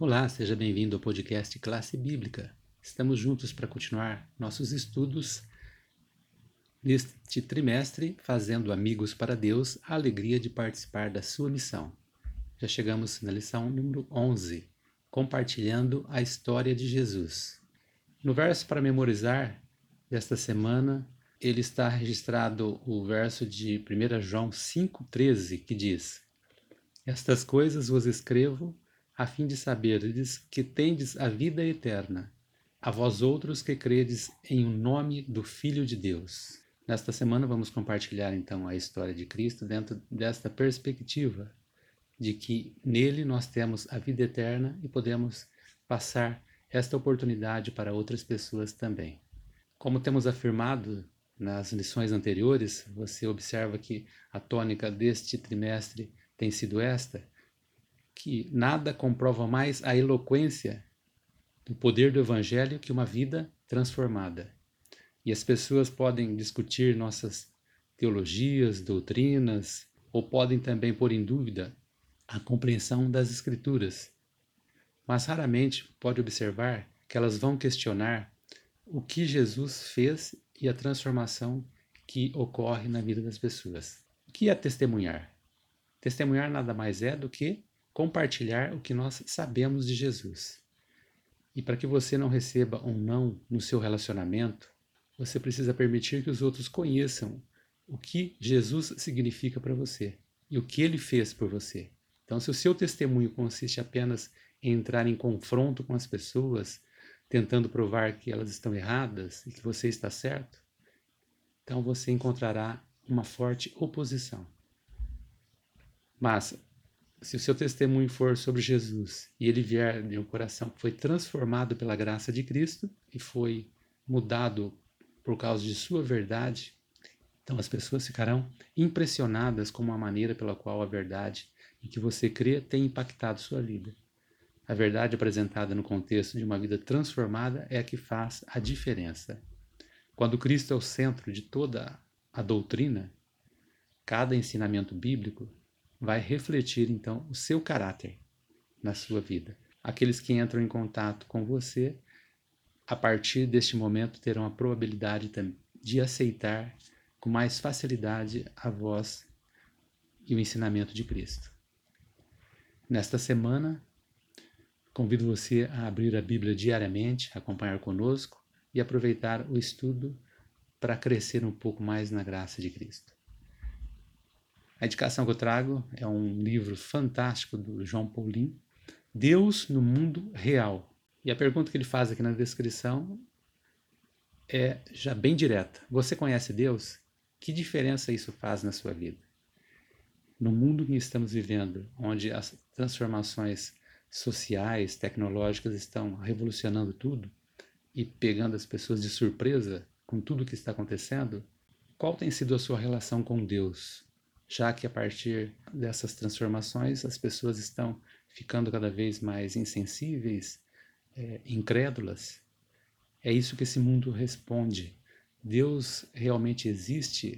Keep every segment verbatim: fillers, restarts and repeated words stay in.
Olá, seja bem-vindo ao podcast Classe Bíblica. Estamos juntos para continuar nossos estudos neste trimestre, fazendo amigos para Deus, a alegria de participar da sua missão. Já chegamos na lição número onze, compartilhando a história de Jesus. No verso para memorizar desta semana, ele está registrado o verso de primeira João cinco, treze, que diz: Estas coisas vos escrevo a fim de saberdes que tendes a vida eterna, a vós outros que credes em o nome do Filho de Deus. Nesta semana vamos compartilhar então a história de Cristo dentro desta perspectiva de que nele nós temos a vida eterna e podemos passar esta oportunidade para outras pessoas também. Como temos afirmado nas lições anteriores, você observa que a tônica deste trimestre tem sido esta, que nada comprova mais a eloquência do poder do Evangelho que uma vida transformada. E as pessoas podem discutir nossas teologias, doutrinas, ou podem também pôr em dúvida a compreensão das Escrituras. Mas raramente pode observar que elas vão questionar o que Jesus fez e a transformação que ocorre na vida das pessoas. O que é testemunhar? Testemunhar nada mais é do que compartilhar o que nós sabemos de Jesus. E para que você não receba um não no seu relacionamento, você precisa permitir que os outros conheçam o que Jesus significa para você e o que ele fez por você. Então, se o seu testemunho consiste apenas em entrar em confronto com as pessoas, tentando provar que elas estão erradas e que você está certo, então você encontrará uma forte oposição. Mas, se o seu testemunho for sobre Jesus e ele vier de um coração que foi transformado pela graça de Cristo e foi mudado por causa de sua verdade, então as pessoas ficarão impressionadas com a maneira pela qual a verdade em que você crê tem impactado sua vida. A verdade apresentada no contexto de uma vida transformada é a que faz a diferença. Quando Cristo é o centro de toda a doutrina, cada ensinamento bíblico vai refletir então o seu caráter na sua vida. Aqueles que entram em contato com você, a partir deste momento, terão a probabilidade de aceitar com mais facilidade a voz e o ensinamento de Cristo. Nesta semana, convido você a abrir a Bíblia diariamente, acompanhar conosco e aproveitar o estudo para crescer um pouco mais na graça de Cristo. A indicação que eu trago é um livro fantástico do João Paulin, Deus no Mundo Real. E a pergunta que ele faz aqui na descrição é já bem direta. Você conhece Deus? Que diferença isso faz na sua vida? No mundo que estamos vivendo, onde as transformações sociais, tecnológicas estão revolucionando tudo e pegando as pessoas de surpresa com tudo o que está acontecendo, qual tem sido a sua relação com Deus? Já que a partir dessas transformações as pessoas estão ficando cada vez mais insensíveis, é, incrédulas. É isso que esse mundo responde. Deus realmente existe?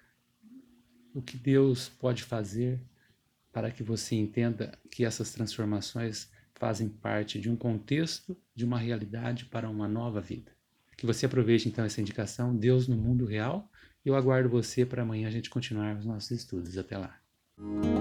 O que Deus pode fazer para que você entenda que essas transformações fazem parte de um contexto, de uma realidade para uma nova vida? Que você aproveite então essa indicação, Deus no Mundo Real. Eu aguardo você para amanhã a gente continuar os nossos estudos. Até lá.